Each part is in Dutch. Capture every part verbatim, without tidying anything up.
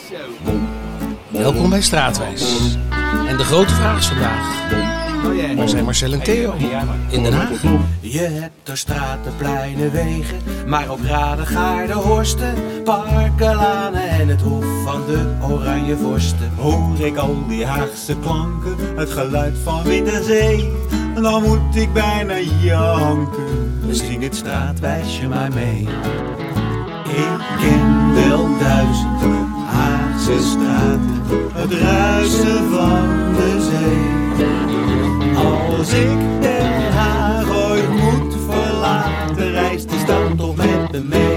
Welkom bij Straatwijs. En de grote vraag is vandaag: waar zijn Marcel en Theo in Den Haag? Je hebt er straten, pleinen, wegen, maar ook raden, gaarden, horsten, parken, lanen en het hof van de oranje vorsten. Hoor ik al die Haagse klanken, het geluid van wind en zee, dan moet ik bijna janken. Misschien het straatwijsje maar mee. Ik ken wel duizend Haagse straten, het ruisen van de zee. Als ik Den Haag ooit moet verlaten, reist die stad toch met me mee.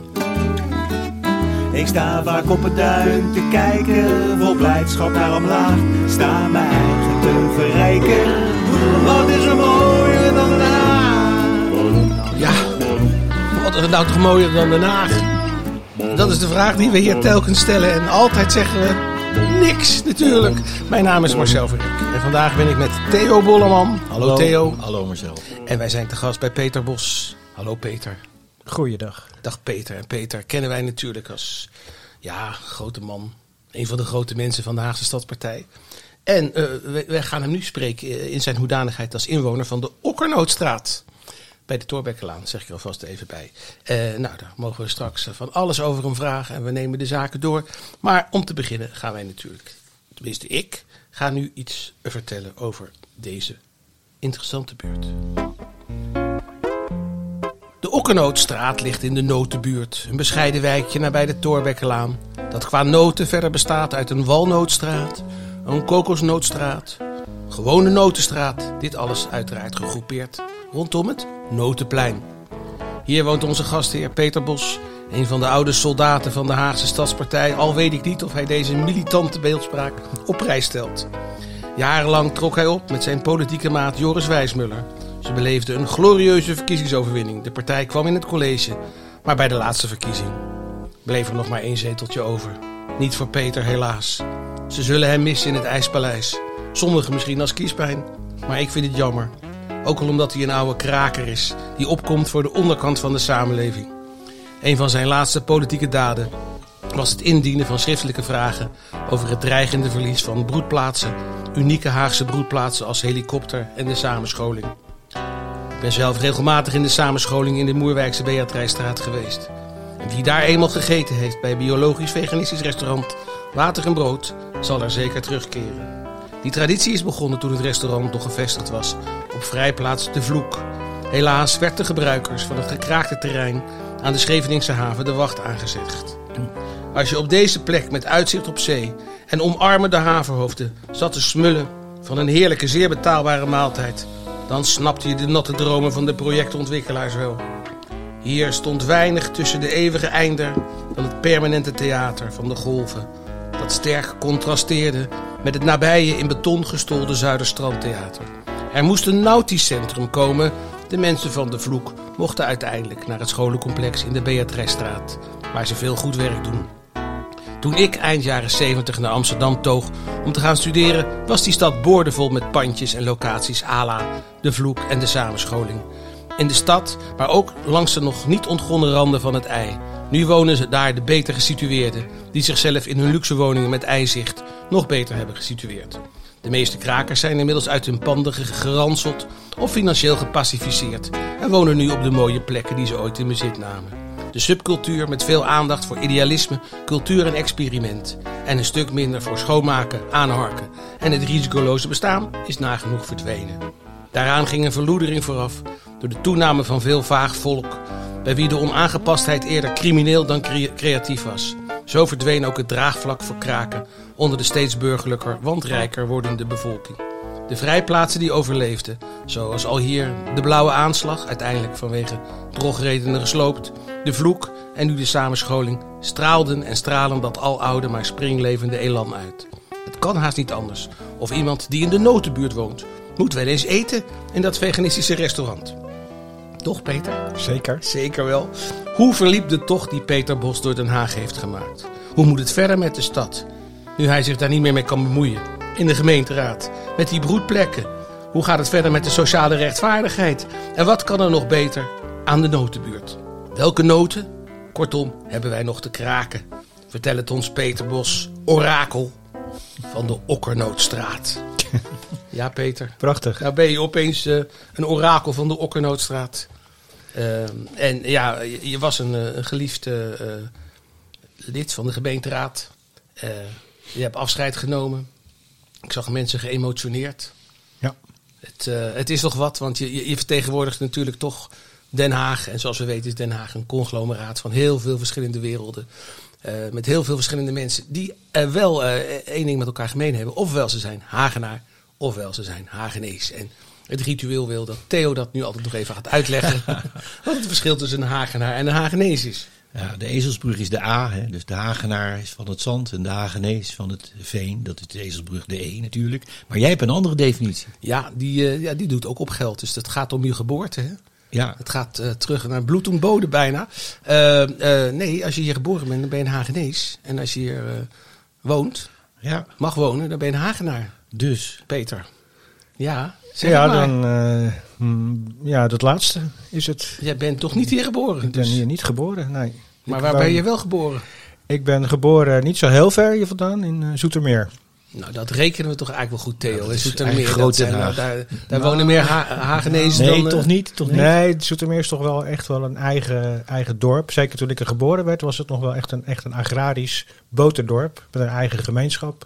Ik sta vaak op het duin te kijken, vol blijdschap naar omlaag, sta mijn eigen te verrijken. Wat is er mooier dan Den Haag? Ja, wat is er nou toch mooier dan Den Haag? Dat is de vraag die we hier telkens stellen en altijd zeggen we niks natuurlijk. Mijn naam is Marcel Verrek en vandaag ben ik met Theo Bolleman. Hallo, Hallo Theo. Hallo Marcel. En wij zijn te gast bij Peter Bos. Hallo Peter. Goeiedag. Dag Peter. En Peter kennen wij natuurlijk als ja, grote man. Een van de grote mensen van de Haagse Stadspartij. En uh, wij, wij gaan hem nu spreken in zijn hoedanigheid als inwoner van de Okkernootstraat. Bij de Thorbeckelaan, zeg ik er alvast even bij. Uh, nou, daar mogen we straks van alles over hem vragen en we nemen de zaken door. Maar om te beginnen gaan wij natuurlijk, tenminste ik, ga nu iets vertellen over deze interessante buurt. De Okkernootstraat ligt in de Notenbuurt, een bescheiden wijkje nabij de Thorbeckelaan, dat qua noten verder bestaat uit een walnootstraat, een kokosnootstraat, gewone notenstraat, dit alles uiteraard gegroepeerd rondom het Notenplein. Hier woont onze gastheer Peter Bos, een van de oude soldaten van de Haagse Stadspartij, al weet ik niet of hij deze militante beeldspraak op prijs stelt. Jarenlang trok hij op met zijn politieke maat Joris Wijsmuller. Ze beleefden een glorieuze verkiezingsoverwinning. De partij kwam in het college, maar bij de laatste verkiezing bleef er nog maar één zeteltje over. Niet voor Peter helaas. Ze zullen hem missen in het IJspaleis. Sommigen misschien als kiespijn, maar ik vind het jammer. Ook al omdat hij een oude kraker is, die opkomt voor de onderkant van de samenleving. Een van zijn laatste politieke daden was het indienen van schriftelijke vragen over het dreigende verlies van broedplaatsen, unieke Haagse broedplaatsen als Helikopter en de samenscholing. Ik ben zelf regelmatig in de samenscholing in de Moerwijkse Beatricestraat geweest. En wie daar eenmaal gegeten heeft bij biologisch-veganistisch restaurant Water en Brood, zal er zeker terugkeren. Die traditie is begonnen toen het restaurant nog gevestigd was op vrijplaats De Vloek. Helaas werd de gebruikers van het gekraakte terrein aan de Scheveningse haven de wacht aangezegd. Als je op deze plek met uitzicht op zee en omarmende havenhoofden zat te smullen van een heerlijke, zeer betaalbare maaltijd, dan snapte je de natte dromen van de projectontwikkelaars wel. Hier stond weinig tussen de eeuwige einder dan het permanente theater van de golven, dat sterk contrasteerde met het nabije in beton gestolde Zuiderstrandtheater. Er moest een nautisch centrum komen. De mensen van De Vloek mochten uiteindelijk naar het scholencomplex in de Beatricestraat, waar ze veel goed werk doen. Toen ik eind jaren zeventig naar Amsterdam toog om te gaan studeren, was die stad boordevol met pandjes en locaties à la De Vloek en de samenscholing. In de stad, maar ook langs de nog niet ontgonnen randen van het IJ. Nu wonen ze daar de beter gesitueerden, die zichzelf in hun luxe woningen met ijzicht nog beter hebben gesitueerd. De meeste krakers zijn inmiddels uit hun panden geranseld of financieel gepacificeerd en wonen nu op de mooie plekken die ze ooit in bezit namen. De subcultuur met veel aandacht voor idealisme, cultuur en experiment. En een stuk minder voor schoonmaken, aanharken. En het risicoloze bestaan is nagenoeg verdwenen. Daaraan ging een verloedering vooraf door de toename van veel vaag volk, bij wie de onaangepastheid eerder crimineel dan cre- creatief was. Zo verdween ook het draagvlak voor kraken onder de steeds burgerlijker, want rijker wordende bevolking. De vrijplaatsen die overleefden, zoals al hier de Blauwe Aanslag, uiteindelijk vanwege drogredenen gesloopt, De Vloek en nu de samenscholing, straalden en stralen dat aloude maar springlevende elan uit. Het kan haast niet anders. Of iemand die in de Notenbuurt woont, moet wel eens eten in dat veganistische restaurant. Toch, Peter? Zeker. Zeker wel. Hoe verliep de tocht die Peter Bos door Den Haag heeft gemaakt? Hoe moet het verder met de stad? Nu hij zich daar niet meer mee kan bemoeien. In de gemeenteraad. Met die broedplekken. Hoe gaat het verder met de sociale rechtvaardigheid? En wat kan er nog beter aan de Notenbuurt? Welke noten? Kortom, hebben wij nog te kraken. Vertel het ons, Peter Bos, orakel van de Okkernootstraat. Ja, Peter. Prachtig. Nou ben je opeens uh, een orakel van de Okkernootstraat. Uh, en ja, je, je was een, een geliefd uh, lid van de gemeenteraad. Uh, je hebt afscheid genomen. Ik zag mensen geëmotioneerd. Ja. Het, uh, het is nog wat, want je, je, je vertegenwoordigt natuurlijk toch Den Haag. En zoals we weten is Den Haag een conglomeraat van heel veel verschillende werelden. Uh, met heel veel verschillende mensen die uh, wel uh, één ding met elkaar gemeen hebben. Ofwel ze zijn Hagenaar, ofwel ze zijn Hagenees. En het ritueel wil dat Theo dat nu altijd nog even gaat uitleggen. Wat het verschil tussen een Hagenaar en een Hagenees is. Ja, de ezelsbrug is de A, hè? Dus de Hagenaar is van het zand en de Hagenees van het veen. Dat is de ezelsbrug, de E natuurlijk. Maar jij hebt een andere definitie. Ja, die, uh, ja, die doet ook op geld. Dus het gaat om je geboorte, hè? Ja. Het gaat uh, terug naar bloed en bodem bijna. Uh, uh, nee, als je hier geboren bent, dan ben je een Hagenees. En als je hier uh, woont, Ja. mag wonen, dan ben je een Hagenaar. Dus. Peter. Ja, zeg Ja, het maar. dan, uh, mm, ja, dat laatste is het. Jij bent toch niet hier geboren? Ik ben dus. hier niet geboren, nee. Maar Ik waar woon- ben je wel geboren? Ik ben geboren niet zo heel ver hier vandaan, in uh, Zoetermeer. Nou, dat rekenen we toch eigenlijk wel goed, Theo. Ja, dat in is Zoetermeer, eigenlijk dat groot Den zijn, Haag. daar daar wonen meer ha Hagenezen Nee, dan... toch uh, niet? Toch niet? Nee, Zoetermeer is toch wel echt wel een eigen, eigen dorp. Zeker toen ik er geboren werd, was het nog wel echt een, echt een agrarisch boterdorp. Met een eigen gemeenschap.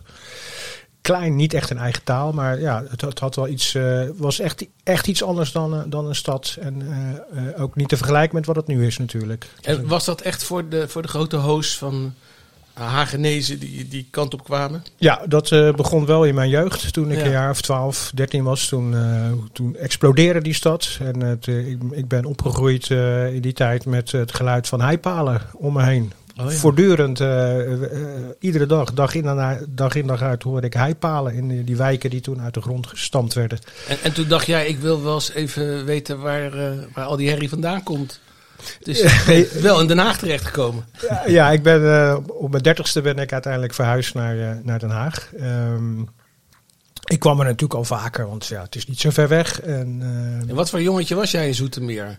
Klein, niet echt een eigen taal, maar ja, het, het had wel iets, uh, was echt, echt iets anders dan, uh, dan een stad. En uh, uh, ook niet te vergelijken met wat het nu is natuurlijk. En was dat echt voor de, voor de grote hoos van Hagenezen die die kant op kwamen? Ja, dat uh, begon wel in mijn jeugd. Toen ik Ja. een jaar of twaalf, dertien was, toen, uh, toen explodeerde die stad. En het, uh, ik, ik ben opgegroeid uh, in die tijd met het geluid van heipalen om me heen. Oh ja. Voortdurend, uh, uh, uh, iedere dag, dag in, en uit, dag in dag uit, hoorde ik heipalen in die, die wijken die toen uit de grond gestampt werden. En, en toen dacht jij, ik wil wel eens even weten waar, uh, waar al die herrie vandaan komt. Dus je bent wel in Den Haag terechtgekomen. Ja, ja, ik ben uh, op mijn dertigste ben ik uiteindelijk verhuisd naar, uh, naar Den Haag. Um, ik kwam er natuurlijk al vaker, want ja, het is niet zo ver weg. En, uh, En wat voor jongetje was jij in Zoetermeer?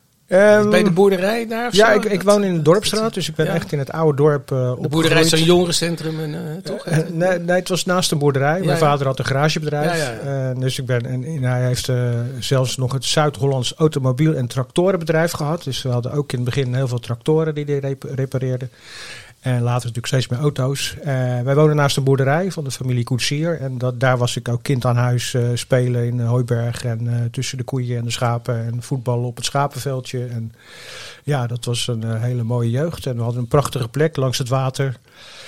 um, Bij de boerderij daar of Ja, zo? ik, ik Dat- woon in de dorpsstraat, dus ik ben ja. echt in het oude dorp uh, De boerderij is zo'n opgegroeid. jongerencentrum, en, uh, toch? Uh, nee, nee, het was naast een boerderij. Ja, Mijn ja. vader had een garagebedrijf. Ja, ja, Uh, dus ik ben, en, en hij heeft uh, zelfs nog het Zuid-Hollands automobiel- en tractorenbedrijf gehad. Dus we hadden ook in het begin heel veel tractoren die hij rep- repareerde. En later natuurlijk steeds meer auto's. Uh, wij wonen naast een boerderij van de familie Koetsier. En dat, daar was ik ook kind aan huis uh, spelen in uh, Hooiberg. En uh, tussen de koeien en de schapen. En voetballen op het schapenveldje. En ja, dat was een uh, hele mooie jeugd. En we hadden een prachtige plek langs het water.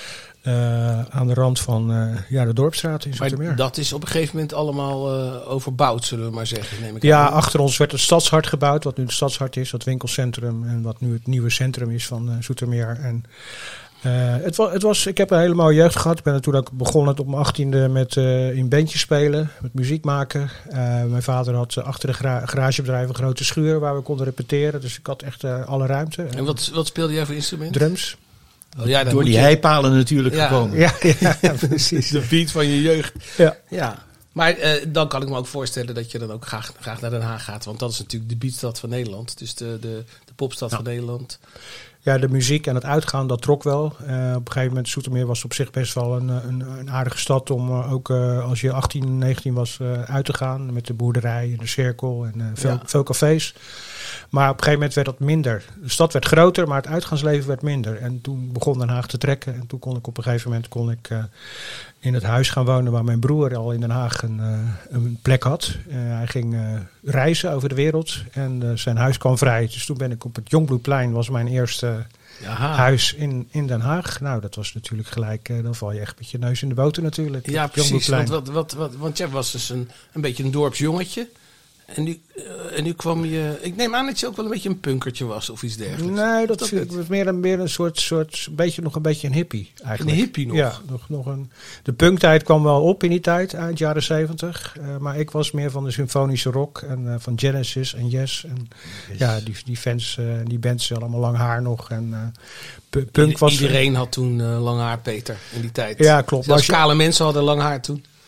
Uh, aan de rand van uh, ja, de Dorpsstraat in Zoetermeer. Maar dat is op een gegeven moment allemaal uh, overbouwd, zullen we maar zeggen. Neem ik Ja, aan. achter ons werd het Stadshart gebouwd, wat nu het Stadshart is, dat winkelcentrum en wat nu het nieuwe centrum is van uh, Zoetermeer. En uh, het, was, het was, ik heb een hele mooie jeugd gehad. Ik ben natuurlijk ook begonnen op mijn achttiende met uh, in bandjes spelen, met muziek maken. Uh, mijn vader had uh, achter de gra- garagebedrijf een grote schuur waar we konden repeteren, dus ik had echt uh, alle ruimte. En wat, wat speelde jij voor instrument? Drums. Oh, ja, dan Door moet die je- heipalen natuurlijk Ja. gekomen. Ja, ja, ja, precies. De beat van je jeugd. Ja. Ja. Maar uh, dan kan ik me ook voorstellen dat je dan ook graag, graag naar Den Haag gaat. Want dat is natuurlijk de beatstad van Nederland. Dus de, de, de popstad Ja. van Nederland. Ja, de muziek en het uitgaan, dat trok wel. Uh, op een gegeven moment, Zoetermeer was op zich best wel een, een, een aardige stad om uh, ook uh, als je achttien, negentien was uh, uit te gaan. Met de boerderij en de cirkel en uh, veel, Ja. veel cafés. Maar op een gegeven moment werd dat minder. De stad werd groter, maar het uitgaansleven werd minder. En toen begon Den Haag te trekken. En toen kon ik op een gegeven moment kon ik, uh, in het huis gaan wonen waar mijn broer al in Den Haag een, uh, een plek had. Uh, hij ging uh, reizen over de wereld en uh, zijn huis kwam vrij. Dus toen ben ik op het Jongbloedplein, was mijn eerste Aha. huis in, in Den Haag. Nou, dat was natuurlijk gelijk, uh, dan val je echt met je neus in de boter natuurlijk. Ja, Op het precies. Jongbloedplein. Want, wat, wat, wat, want jij was dus een, een beetje een dorpsjongetje. En nu, uh, en nu kwam je... Ik neem aan dat je ook wel een beetje een punkertje was of iets dergelijks. Nee, dat, Dat viel- niet. was meer een, meer een soort, soort beetje, nog een beetje een hippie eigenlijk. Een hippie nog? Ja, nog, nog een, de punktijd kwam wel op in die tijd, eind jaren zeventig. Uh, maar ik was meer van de symfonische rock en uh, van Genesis en Yes. En ja, die, die fans, uh, die bands hadden allemaal lang haar nog. En uh, pu- punk Ieder- was... Iedereen had toen uh, lang haar, Peter, in die tijd. Ja, klopt. Maar Zelfs als je- kale mensen hadden lang haar toen.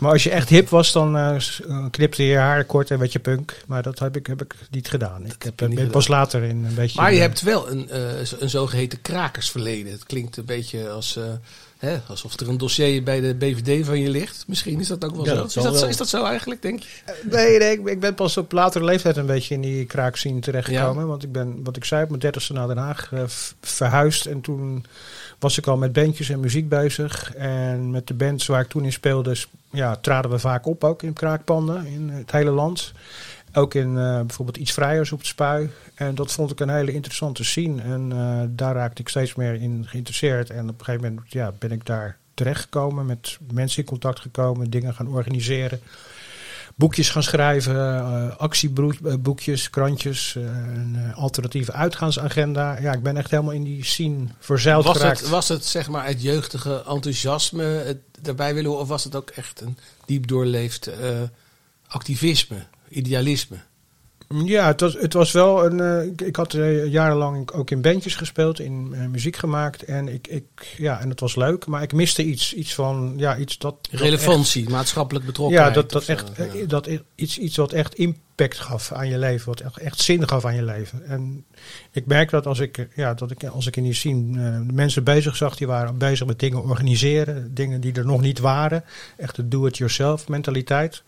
Maar als je echt hip was, dan uh, knipte je haar kort en werd je punk. Maar dat heb ik, heb ik niet gedaan. Ik heb, ben pas later in een beetje... Maar je hebt wel een, uh, een zogeheten krakersverleden. Het klinkt een beetje als... Uh, Hè, alsof er een dossier bij de B V D van je ligt. Misschien is dat ook wel ja, zo. Dat is, dat wel. zo. Is dat zo eigenlijk, denk je? Nee, nee ik, ik ben pas op latere leeftijd een beetje in die kraakscene terechtgekomen. Ja. Want ik ben, wat ik zei, op mijn dertigste naar Den Haag uh, verhuisd. En toen was ik al met bandjes en muziek bezig. En met de bands waar ik toen in speelde, ja, traden we vaak op ook in kraakpanden in het hele land. Ook in uh, bijvoorbeeld Iets Vrijers op het Spui. En dat vond ik een hele interessante scene. En uh, daar raakte ik steeds meer in geïnteresseerd. En op een gegeven moment ja, ben ik daar terechtgekomen. Met mensen in contact gekomen. Dingen gaan organiseren. Boekjes gaan schrijven. Uh, actieboekjes, krantjes. Uh, een uh, alternatieve uitgaansagenda. Ja, ik ben echt helemaal in die scene verzeild was geraakt. Het, was het zeg maar het jeugdige enthousiasme het daarbij willen horen? Of was het ook echt een diep doorleefd uh, activisme? Idealisme. Ja, het was, het was wel een. Uh, ik, ik had uh, jarenlang ook in bandjes gespeeld, in uh, muziek gemaakt. En ik, ik, ja, en het was leuk, maar ik miste iets. Iets van. Ja, iets dat. Relevantie, dat echt, maatschappelijk betrokkenheid. Ja, dat, dat zo, echt. ja. Uh, dat iets, iets wat echt impact gaf aan je leven. Wat echt, echt zin gaf aan je leven. En ik merk dat als ik, ja, dat ik, als ik in die scene uh, mensen bezig zag, die waren bezig met dingen organiseren. Dingen die er nog niet waren. Echt de do-it-yourself mentaliteit.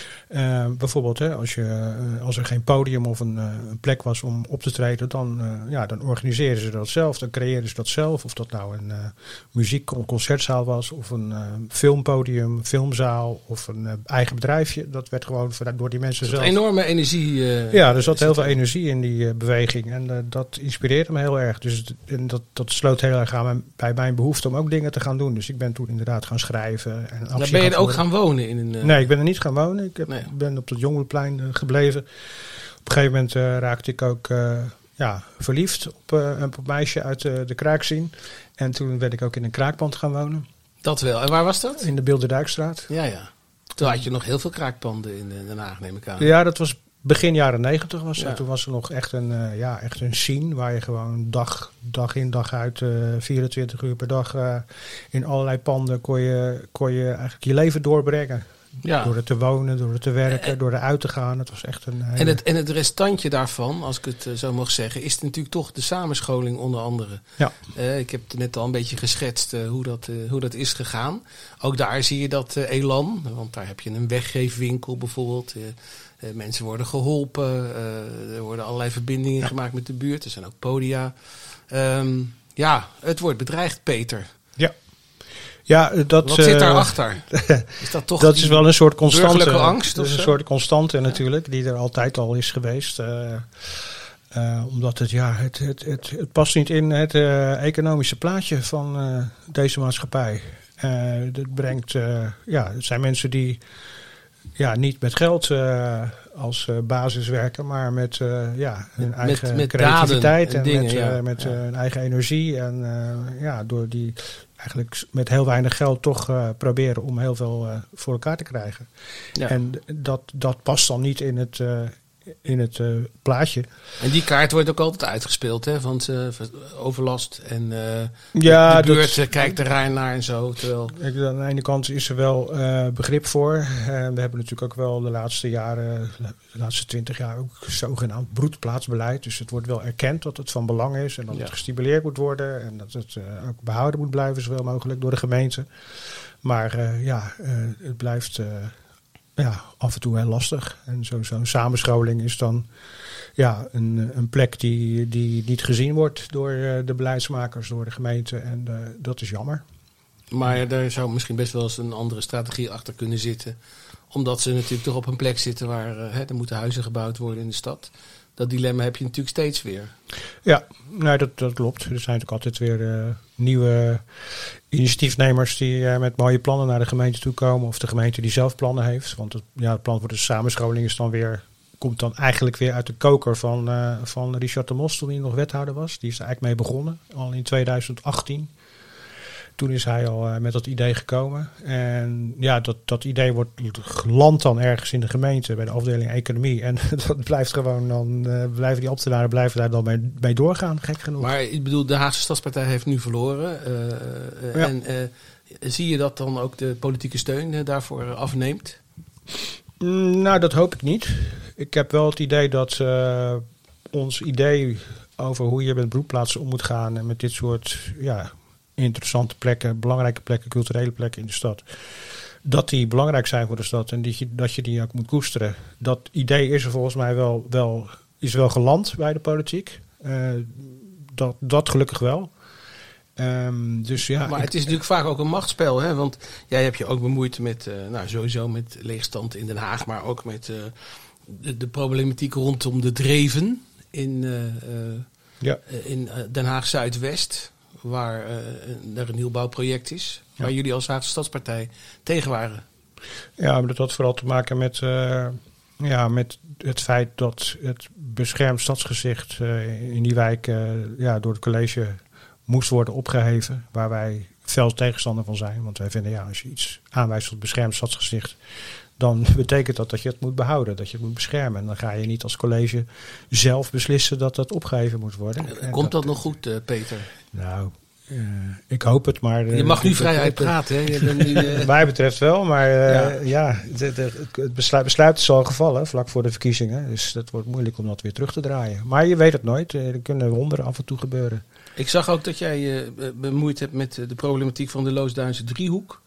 Uh, bijvoorbeeld, hè, als, je, uh, als er geen podium of een, uh, een plek was om op te treden, dan, uh, ja, dan organiseren ze dat zelf. Dan creëren ze dat zelf. Of dat nou een uh, muziek- of concertzaal was, of een uh, filmpodium, filmzaal, of een uh, eigen bedrijfje. Dat werd gewoon door die mensen zelf. Een enorme energie. Uh, ja, er zat heel veel energie in die uh, beweging. En uh, dat inspireerde me heel erg. Dus en dat, dat sloot heel erg aan mijn, bij mijn behoefte om ook dingen te gaan doen. Dus ik ben toen inderdaad gaan schrijven. En Daar ben je ook gaan wonen? in een. Uh... Nee, ik ben er niet gaan wonen. Ik heb, nee. ben op het Jongerenplein uh, gebleven. Op een gegeven moment uh, raakte ik ook uh, ja, verliefd op, uh, op een meisje uit uh, de kraakscene. En toen werd ik ook in een kraakpand gaan wonen. Dat wel. En waar was dat? In de Bilderdijkstraat. Ja, ja. Toen had je nog heel veel kraakpanden in Den Haag, neem ik aan. Ja, dat was begin jaren negentig. Was ja. Toen was er nog echt een, uh, ja, echt een scene waar je gewoon dag, dag in dag uit, uh, vierentwintig uur per dag uh, in allerlei panden kon je, kon je eigenlijk je leven doorbrengen. Ja. Door er te wonen, door er te werken, en, door eruit te gaan. Het was echt een hele... en, het, en het restantje daarvan, als ik het uh, zo mag zeggen, is natuurlijk toch de samenscholing onder andere. Ja. Uh, ik heb net al een beetje geschetst uh, hoe, dat, uh, hoe dat is gegaan. Ook daar zie je dat uh, elan. Want daar heb je een weggeefwinkel bijvoorbeeld. Uh, uh, mensen worden geholpen. Uh, er worden allerlei verbindingen ja. gemaakt met de buurt. Er zijn ook podia. Um, ja, het wordt bedreigd, Peter. Ja. Ja, dat, Wat zit daarachter? Is dat toch dat is wel een soort constante angst? Dat is een soort constante ja. natuurlijk, die er altijd al is geweest. Uh, uh, omdat het, ja, het, het, het, het past niet in het uh, economische plaatje van uh, deze maatschappij. Uh, dat brengt, uh, ja, het zijn mensen die ja, niet met geld uh, als uh, basis werken, maar met uh, ja, hun met, eigen met creativiteit en, en dingen, met, uh, ja. met ja. uh, hun eigen energie. En uh, ja, door die eigenlijk met heel weinig geld toch uh, proberen om heel veel uh, voor elkaar te krijgen. Ja. En dat, dat past dan niet in het, uh, in het uh, plaatje. En die kaart wordt ook altijd uitgespeeld, hè? Want uh, overlast en uh, ja, de buurt dat, kijkt er raar naar en zo. Terwijl... Aan de ene kant is er wel uh, begrip voor. Uh, we hebben natuurlijk ook wel de laatste jaren, de laatste twintig jaar ook zogenaamd broedplaatsbeleid. Dus het wordt wel erkend dat het van belang is en dat ja. het gestimuleerd moet worden en dat het uh, ook behouden moet blijven zowel mogelijk door de gemeente. Maar uh, ja, uh, het blijft uh, ja, af en toe heel lastig. En zo, zo'n samenscholing is dan ja, een, een plek die, die niet gezien wordt door uh, de beleidsmakers, door de gemeente. En uh, dat is jammer. Maar daar zou misschien best wel eens een andere strategie achter kunnen zitten. Omdat ze natuurlijk toch op een plek zitten waar uh, hè, er moeten huizen gebouwd worden in de stad. Dat dilemma heb je natuurlijk steeds weer. Ja, nou, dat, dat klopt. Er zijn natuurlijk altijd weer uh, nieuwe initiatiefnemers die uh, met mooie plannen naar de gemeente toe komen. Of de gemeente die zelf plannen heeft. Want het, ja, het plan voor de samenscholing is dan weer, komt dan eigenlijk weer uit de koker van, uh, van Richard de Mos toen hij nog wethouder was. Die is er eigenlijk mee begonnen, al in tweeduizend achttien. Toen is hij al uh, met dat idee gekomen. En ja, dat, dat idee wordt geland dan ergens in de gemeente bij de afdeling economie. En dat blijft gewoon dan, uh, blijven die ambtenaren blijven daar dan mee, mee doorgaan, gek genoeg. Maar ik bedoel, de Haagse Stadspartij heeft nu verloren. Uh, uh, ja. En uh, Zie je dat dan ook de politieke steun uh, daarvoor afneemt? Mm, nou, dat hoop ik niet. Ik heb wel het idee dat uh, ons idee over hoe je met broedplaatsen om moet gaan en met dit soort ja, interessante plekken, belangrijke plekken, culturele plekken in de stad, dat die belangrijk zijn voor de stad en dat je, dat je die ook moet koesteren. Dat idee is er volgens mij wel, wel, is wel geland bij de politiek. Uh, dat, dat gelukkig wel. Um, dus ja, maar ik, het is natuurlijk vaak ook een machtsspel, hè? Want jij hebt je ook bemoeid met, uh, nou sowieso met leegstand in Den Haag, maar ook met uh, de, de problematiek rondom de Dreven in, uh, uh, ja. in uh, Den Haag Zuidwest, waar uh, er een nieuwbouwproject is, ja. waar jullie als Haagse Stadspartij tegen waren. Ja, maar dat had vooral te maken met, uh, ja, met het feit dat het beschermd stadsgezicht uh, in die wijk uh, ja, door het college moest worden opgeheven, waar wij fel tegenstander van zijn. Want wij vinden, ja, als je iets aanwijst tot beschermd stadsgezicht, dan betekent dat dat je het moet behouden, dat je het moet beschermen. En dan ga je niet als college zelf beslissen dat dat opgeheven moet worden. Uh, komt dat, dat nog goed, uh, Peter? Nou, uh, ik hoop het, maar... Uh, je mag nu het, vrij het, uitpraten, hè? Je bent nu, uh... Wat mij betreft wel, maar uh, ja, ja de, de, het besluit, besluit is al gevallen, vlak voor de verkiezingen. Dus dat wordt moeilijk om dat weer terug te draaien. Maar je weet het nooit, er kunnen wonderen af en toe gebeuren. Ik zag ook dat jij je uh, bemoeid hebt met uh, de problematiek van de Loosduinse driehoek.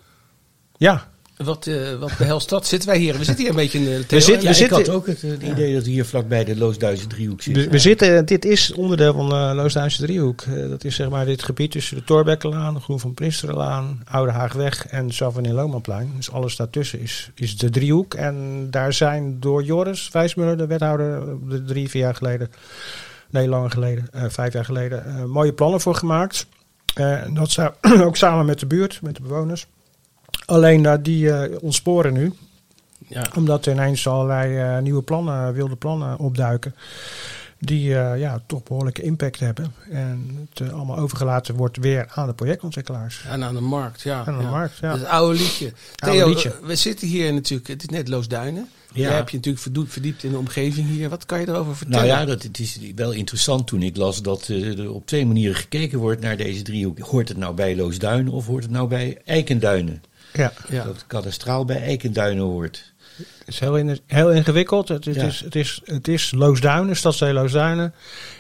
Ja. Wat, uh, wat behelst dat? Zitten wij hier? We zitten hier een beetje in de we zitten, ja, we zitten, ik had ook het, het idee ja. dat we hier vlakbij de Loosduinse driehoek zitten. We, we zitten. Dit is onderdeel van de Loosduinse driehoek. Uh, dat is zeg maar dit gebied tussen de Thorbeckelaan, de Groen van Prinsterenlaan, Oude Haagweg en Savaneel Lomanplein. Dus alles daartussen is, is de driehoek. En daar zijn door Joris Wijsmuller, de wethouder, de drie, vier jaar geleden, nee langer geleden, uh, vijf jaar geleden, uh, mooie plannen voor gemaakt. Uh, dat zou ook samen met de buurt, met de bewoners. Alleen uh, die uh, ontsporen nu. Ja. Omdat er ineens allerlei uh, nieuwe plannen, wilde plannen opduiken. Die uh, ja, toch behoorlijke impact hebben. En het uh, allemaal overgelaten wordt weer aan de projectontwikkelaars. En aan de markt, ja. En aan de ja. markt, ja. Dat is het oude liedje. Oude Theo, liedje. we zitten hier natuurlijk, het is net Loosduinen. Ja. Jij hebt je natuurlijk verdiept in de omgeving hier. Wat kan je erover vertellen? Nou ja, dat, het is wel interessant toen ik las dat uh, er op twee manieren gekeken wordt naar deze driehoek. Hoort het nou bij Loosduinen of hoort het nou bij Eikenduinen? Ja. Ja. Dat het kadastraal bij Eikenduinen hoort. Het is heel, in, heel ingewikkeld. Het, het, ja. is, het, is, het is Loosduinen, stadsdeel Loosduinen.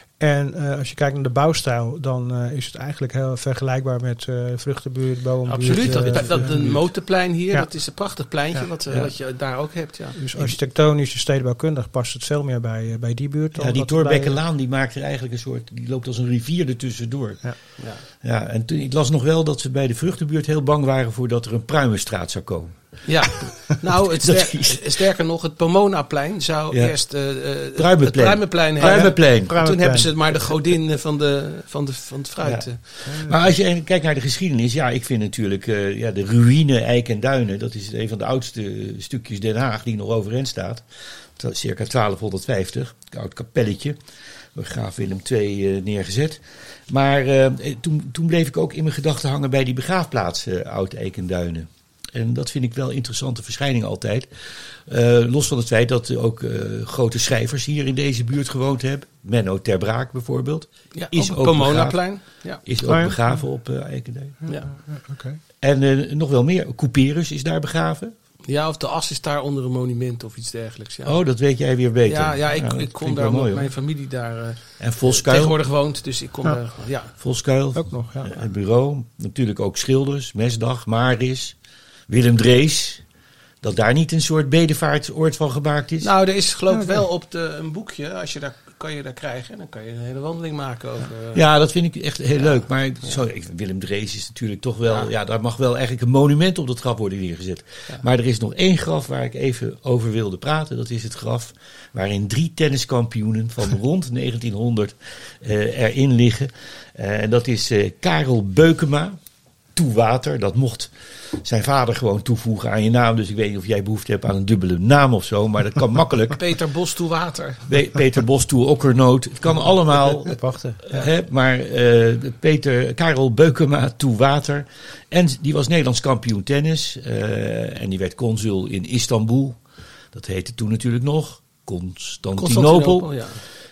En uh, als je kijkt naar de bouwstijl, dan uh, is het eigenlijk heel vergelijkbaar met uh, Vruchtenbuurt, Boombuurt. Absoluut, dat, uh, dat, dat uh, motorplein hier, ja. dat is een prachtig pleintje ja. wat, uh, ja. wat je daar ook hebt. Ja. Dus architectonisch en stedenbouwkundig past het veel meer bij, uh, bij die buurt. Ja, die Thorbeckelaan die maakt er eigenlijk een soort, die loopt als een rivier ertussendoor. Ja. Ja. Ja, en toen, ik las nog wel dat ze bij de Vruchtenbuurt heel bang waren voor dat er een Pruimenstraat zou komen. Ja, nou, het ster- sterker nog, het Pomonaplein zou ja. eerst uh, het Pruimenplein hebben. Pruimenplein. Toen hebben ze maar de godin van, de, van, de, van het fruit. Ja. Maar als je kijkt naar de geschiedenis, ja, ik vind natuurlijk uh, ja, de ruïne Eikenduinen, dat is een van de oudste stukjes Den Haag die nog overeind staat. Circa twaalfhonderdvijftig, een oud kapelletje, door graaf Willem de Tweede uh, neergezet. Maar uh, toen, toen bleef ik ook in mijn gedachten hangen bij die begraafplaats uh, Oud Eikenduinen. En dat vind ik wel een interessante verschijning altijd. Uh, los van het feit dat ook uh, grote schrijvers hier in deze buurt gewoond hebben. Menno ter Braak bijvoorbeeld. Ja, is ook ook Pomonaplein. Ja. Is ook begraven op uh, Eikenduinen. Ja. Ja, okay. En uh, nog wel meer. Couperus is daar begraven. Ja, of de as is daar onder een monument of iets dergelijks. Ja. Oh, dat weet jij weer beter. Ja, ja ik, nou, ik kom daar omdat mijn familie daar uh, en Voskuil. tegenwoordig woont. Dus ik kom ja. daar. Ja. Voskuil. Ook nog, ja. Het bureau. Natuurlijk ook schilders. Mesdag, Maris. Willem Drees. Dat daar niet een soort bedevaartsoord van gemaakt is. Nou, er is geloof ik wel op de, een boekje. Als je daar, kan je daar krijgen. En dan kan je een hele wandeling maken over... Uh, ja, dat vind ik echt heel ja. leuk. Maar ja. zo, Willem Drees is natuurlijk toch wel... Ja. Ja. ja, daar mag wel eigenlijk een monument op dat graf worden neergezet. Ja. Maar er is nog één graf waar ik even over wilde praten. Dat is het graf waarin drie tenniskampioenen van rond negentienhonderd uh, erin liggen. Uh, en dat is uh, Karel Beukema. Toewater, dat mocht zijn vader gewoon toevoegen aan je naam. Dus ik weet niet of jij behoefte hebt aan een dubbele naam of zo. Maar dat kan makkelijk. Peter Bos Toewater. Be- Peter Bos toe Okkernoot. Het kan allemaal. Wachten. Ja. Hè, maar uh, Peter, Karel Beukema Toewater. En die was Nederlands kampioen tennis. Uh, en die werd consul in Istanbul. Dat heette toen natuurlijk nog Constantinopel. Ja.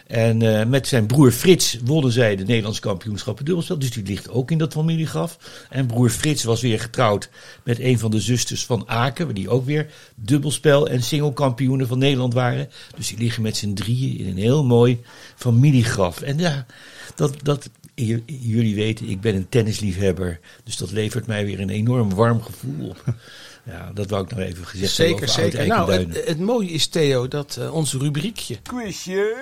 En uh, met zijn broer Frits wonnen zij de Nederlandse kampioenschappen dubbelspel. Dus die ligt ook in dat familiegraf. En broer Frits was weer getrouwd met een van de zusters van Aken. Die ook weer dubbelspel en singlekampioenen van Nederland waren. Dus die liggen met z'n drieën in een heel mooi familiegraf. En ja, dat... dat j- jullie weten, ik ben een tennisliefhebber. Dus dat levert mij weer een enorm warm gevoel op. Ja, dat wou ik nog even gezegd zeker, hebben over zeker. Nou, Oud-Eikenduinen. het, het mooie is, Theo, dat uh, ons rubriekje Quizje.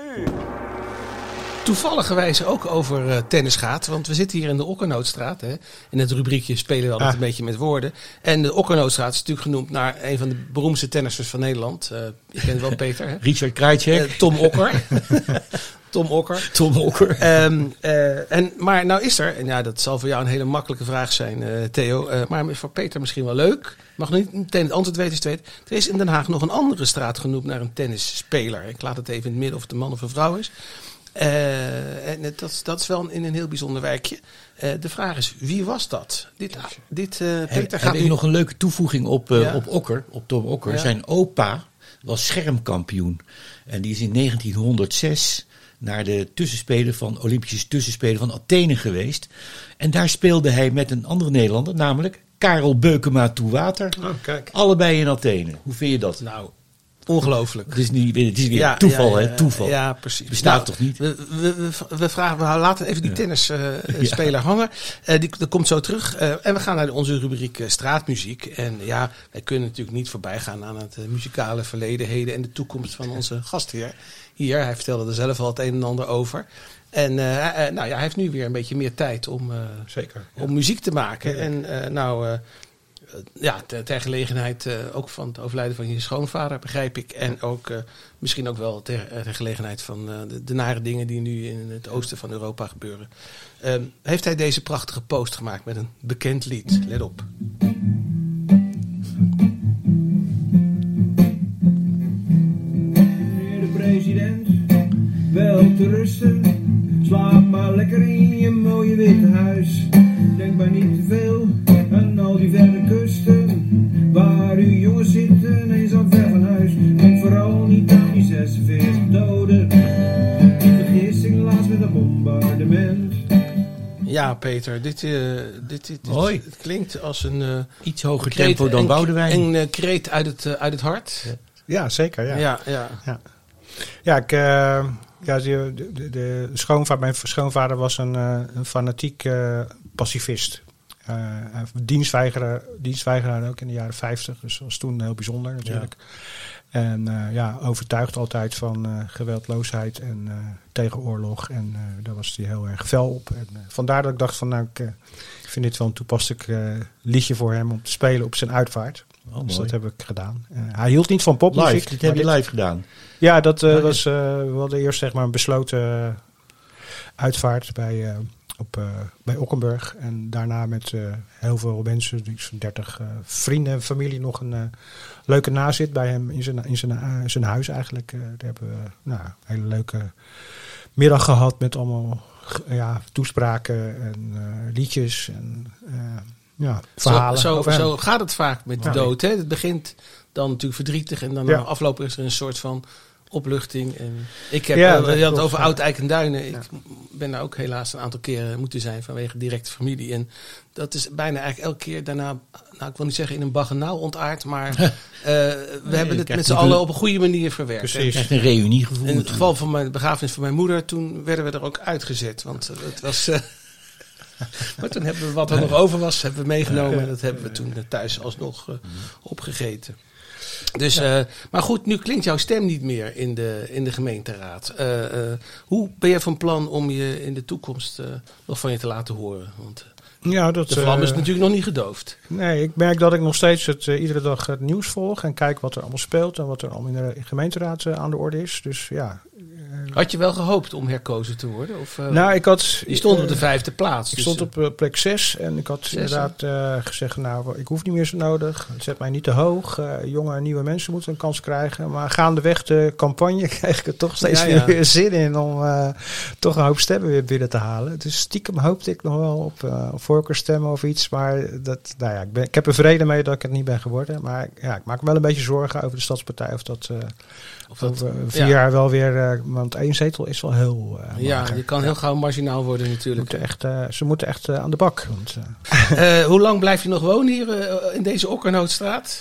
toevalligerwijs ook over uh, tennis gaat. Want we zitten hier in de Okkernootstraat. Hè. In het rubriekje spelen we altijd Ah. een beetje met woorden. En de Okkernootstraat is natuurlijk genoemd naar een van de beroemdste tennissers van Nederland. Uh, je kent wel Peter, hè? Richard Krajicek, Uh, Tom Okker. Tom Okker. Tom Okker. Um, uh, en, maar nou is er, en ja, dat zal voor jou een hele makkelijke vraag zijn, uh, Theo. Uh, maar voor Peter misschien wel leuk. Mag niet meteen het antwoord weten, is het weet. Er is in Den Haag nog een andere straat genoemd naar een tennisspeler. Ik laat het even in het midden of het een man of een vrouw is. Uh, en het, dat, dat is wel in een heel bijzonder wijkje. Uh, de vraag is, wie was dat? Dit, dit uh, Peter Heb, gaat heb ik nu... nog een leuke toevoeging op, uh, Ja. op Okker, op Tom Okker. Ja. Zijn opa was schermkampioen. En die is in negentienhonderdzes naar de tussenspelen van Olympische tussenspelen van Athene geweest. En daar speelde hij met een andere Nederlander, namelijk Karel Beukema Toewater. Oh, kijk. Allebei in Athene. Hoe vind je dat? Nou, ongelooflijk. Het is, niet, het is weer toeval, hè? Toeval. Ja, precies. Bestaat Nou, toch niet? We, we, we, we, vragen, we laten even die Ja. tennisspeler uh, hangen. Uh, die, dat komt zo terug. Uh, en we gaan naar onze rubriek uh, straatmuziek. En ja, wij kunnen natuurlijk niet voorbij gaan aan het uh, muzikale verleden, heden en de toekomst van onze gastheer. Hier, hij vertelde er zelf al het een en ander over. En uh, uh, nou ja, hij heeft nu weer een beetje meer tijd om, uh, Zeker. Ja. om muziek te maken. Ja. En uh, nou... Uh, ja, ter, ter gelegenheid uh, ook van het overlijden van je schoonvader, begrijp ik. En ook uh, misschien ook wel ter, ter gelegenheid van uh, de, de nare dingen die nu in het oosten van Europa gebeuren. Uh, heeft hij deze prachtige post gemaakt met een bekend lied. Let op. Meneer de president, wel te rusten. Slaap maar lekker in je mooie witte huis. Denk maar niet te veel aan al die verre kusten. Waar uw jongens zitten, eenzaam ver van huis. Denk vooral niet aan die zesenveertig doden. Die vergissing laatst met een bombardement. Ja, Peter, dit, uh, dit, dit, dit Hoi. het klinkt als een uh, Iets hoger kreet- tempo dan een- Boudewijn. Een uh, kreet uit het, uh, uit het hart. Ja, zeker. Ja, Ja, ja. ja. ja ik, uh, ja de, de, de schoonvader, mijn schoonvader was een, uh, een fanatiek uh, pacifist. Uh, hij dienstweigeraar, dienstweigeraar ook in de jaren vijftig. Dus dat was toen heel bijzonder natuurlijk. Ja. En uh, ja, overtuigd altijd van uh, geweldloosheid en uh, tegen oorlog. En uh, daar was hij heel erg fel op. En, uh, vandaar dat ik dacht van nou, ik, uh, ik vind dit wel een toepasselijk uh, liedje voor hem om te spelen op zijn uitvaart. Oh, dus mooi. dat heb ik gedaan. Uh, hij hield niet van popmuziek. Live, dit maar heb je live gedaan. Ja, dat uh, Oh, ja. was uh, we hadden eerst zeg maar een besloten uh, uitvaart bij, uh, op, uh, bij Okkenburg. En daarna met uh, heel veel mensen, zo'n dertig uh, vrienden en familie, nog een uh, leuke nazit bij hem in zijn, in zijn, uh, zijn huis eigenlijk. Uh, daar hebben we nou, een hele leuke middag gehad met allemaal ja, toespraken en uh, liedjes en uh, ja, verhalen. Zo, over zo, hem. zo gaat het vaak met de Ja. dood. Hè? Het begint dan natuurlijk verdrietig en dan Ja. na afloop is er een soort van opluchting. En ik heb Ja, uh, dat je had het klopt, over ja. Oud-Eikenduinen. Ik ben daar ook helaas een aantal keren moeten zijn vanwege directe familie. En dat is bijna eigenlijk elke keer daarna, nou ik wil niet zeggen in een baganaal ontaard, maar uh, we hebben het krijgt met z'n een allen ge- op een goede manier verwerkt. Precies. Je krijgt een reuniegevoel. In het geval van mijn begrafenis van mijn moeder, toen werden we er ook uitgezet. Want uh, het was... Uh, maar toen hebben we wat er nog over was, hebben we meegenomen. En dat hebben we toen thuis alsnog uh, opgegeten. Dus, uh, maar goed, nu klinkt jouw stem niet meer in de, in de gemeenteraad. Uh, uh, hoe ben je van plan om je in de toekomst uh, nog van je te laten horen? Want uh, Ja, dat, de vlam is uh, natuurlijk nog niet gedoofd. Nee, ik merk dat ik nog steeds het, uh, iedere dag het nieuws volg en kijk wat er allemaal speelt en wat er allemaal in de gemeenteraad uh, aan de orde is. Dus ja. Uh, Had je wel gehoopt om herkozen te worden? Of, uh, nou, ik had. je stond uh, op de vijfde plaats. Ik dus, stond uh, op uh, plek zes en ik had Zes, inderdaad uh, gezegd, nou, ik hoef niet meer zo nodig. Het zet mij niet te hoog. Uh, jonge en nieuwe mensen moeten een kans krijgen. Maar gaandeweg de campagne kreeg ik er toch steeds Ja, weer, ja. weer zin in om uh, toch een hoop stemmen weer binnen te halen. Dus stiekem hoopte ik nog wel op, uh, op voorkeurstemmen of iets. Maar dat, nou ja, ik, ben, ik heb er vrede mee dat ik het niet ben geworden. Maar ja, ik maak me wel een beetje zorgen over de Stadspartij of dat... Uh, Of dat, over vier ja. jaar wel weer, uh, want één zetel is wel heel uh, Ja, mager. je kan heel gauw marginaal worden Ze natuurlijk. moeten echt, uh, ze moeten echt uh, aan de bak. Want, uh, Uh, hoe lang blijf je nog wonen hier uh, in deze Okkernootstraat?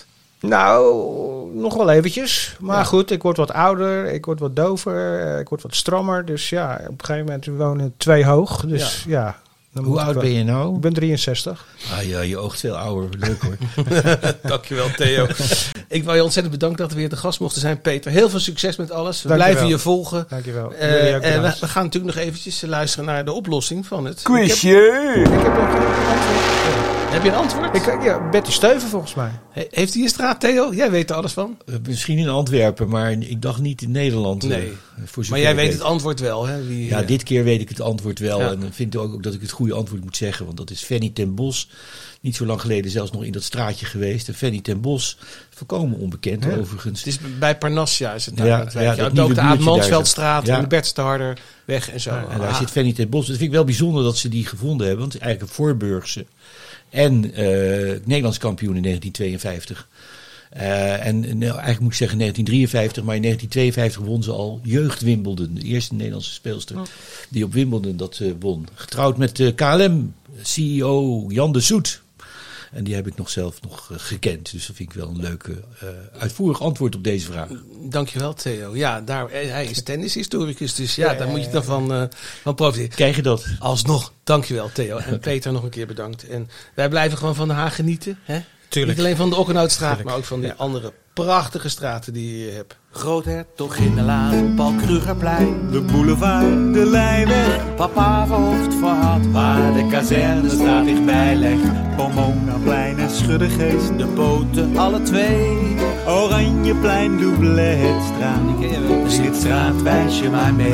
nou, nog wel eventjes. Maar Ja. goed, ik word wat ouder, ik word wat dover, uh, ik word wat strammer. Dus ja, op een gegeven moment we wonen twee hoog. Dus ja, ja dan Hoe moet ik oud wel- ben je nou? Ik ben drieënzestig. Ah ja, je oogt veel ouder. Leuk hoor. Dankjewel, Theo. Ik wil je ontzettend bedanken dat we weer de gast mochten zijn, Peter. Heel veel succes met alles. We Dankjewel. blijven je volgen. Dankjewel. Uh, Jullie ook en we, bedankt. we gaan natuurlijk nog eventjes luisteren naar de oplossing van het Quizje! Ik heb nog een antwoord. Heb je een antwoord? Ik, ja, Betty Steuven volgens mij. He- heeft hij een straat, Theo? Jij weet er alles van. Uh, misschien in Antwerpen, maar ik dacht niet in Nederland. uh, Nee. voor zover Maar jij ik weet het antwoord wel, hè? Wie, Ja, uh, dit keer weet ik het antwoord wel. Ja. En dan vind ik ook dat ik het goede antwoord moet zeggen. Want dat is Fanny ten Bos. Niet zo lang geleden zelfs nog in dat straatje geweest. En Fanny ten Bos, volkomen onbekend Ja. overigens. Het is bij Parnassia is het daar. Ja, dat ja, wijkje. dat ook nieuwe de buurtje daar Aad-Mansveldstraat zo. Ja. en de Bert Starder weg en zo. En daar Ah. zit Fanny ten Bos. Dat vind ik wel bijzonder dat ze die gevonden hebben. Want het is eigenlijk een Voorburgse. En uh, Nederlands kampioen in negentien tweeënvijftig. Uh, en nou, eigenlijk moet ik zeggen negentien drieënvijftig. Maar in negentien tweeënvijftig won ze al jeugd Wimbledon. De eerste Nederlandse speelster die op Wimbledon dat uh, won. Getrouwd met uh, K L M C E O Jan de Soet. En die heb ik nog zelf nog uh, gekend. Dus dat vind ik wel een leuke, uh, uitvoerig antwoord op deze vraag. Dankjewel, Theo. Ja, daar, hij is tennishistoricus, dus ja, daar moet je dan van, uh, van profiteren. Krijg je dat? Alsnog, dankjewel, Theo. En Peter nog een keer bedankt. En wij blijven gewoon van Den Haag genieten. Hè? Tuurlijk. Niet alleen van de Okkernootstraat, Tuurlijk. maar ook van die andere prachtige straten die je hier hebt. Groothertog in de Laan, Paul Krugerplein. De boulevard, de Leijweg, Papa verhoofd verhad, waar de kazernestraat dichtbij legt. Pomonaplein en Schuddegeest. De poten, alle twee. Oranjeplein, Doubletstraat. Zing het straatwijsje maar mee.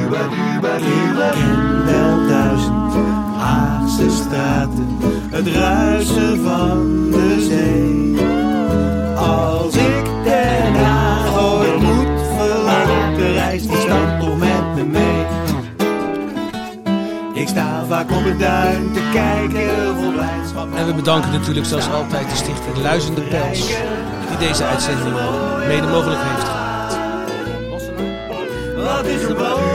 In wel duizend Haagse straten, het ruisen van de zee. Als ik Den Haag ooit moet verlaten, reist die stad toch met me mee. Ik sta vaak op het duin te kijken, vol blijdschap. En we bedanken natuurlijk zoals altijd de stichting Luizende Pels, die deze uitzending mede mogelijk heeft gemaakt. Wat is er boven?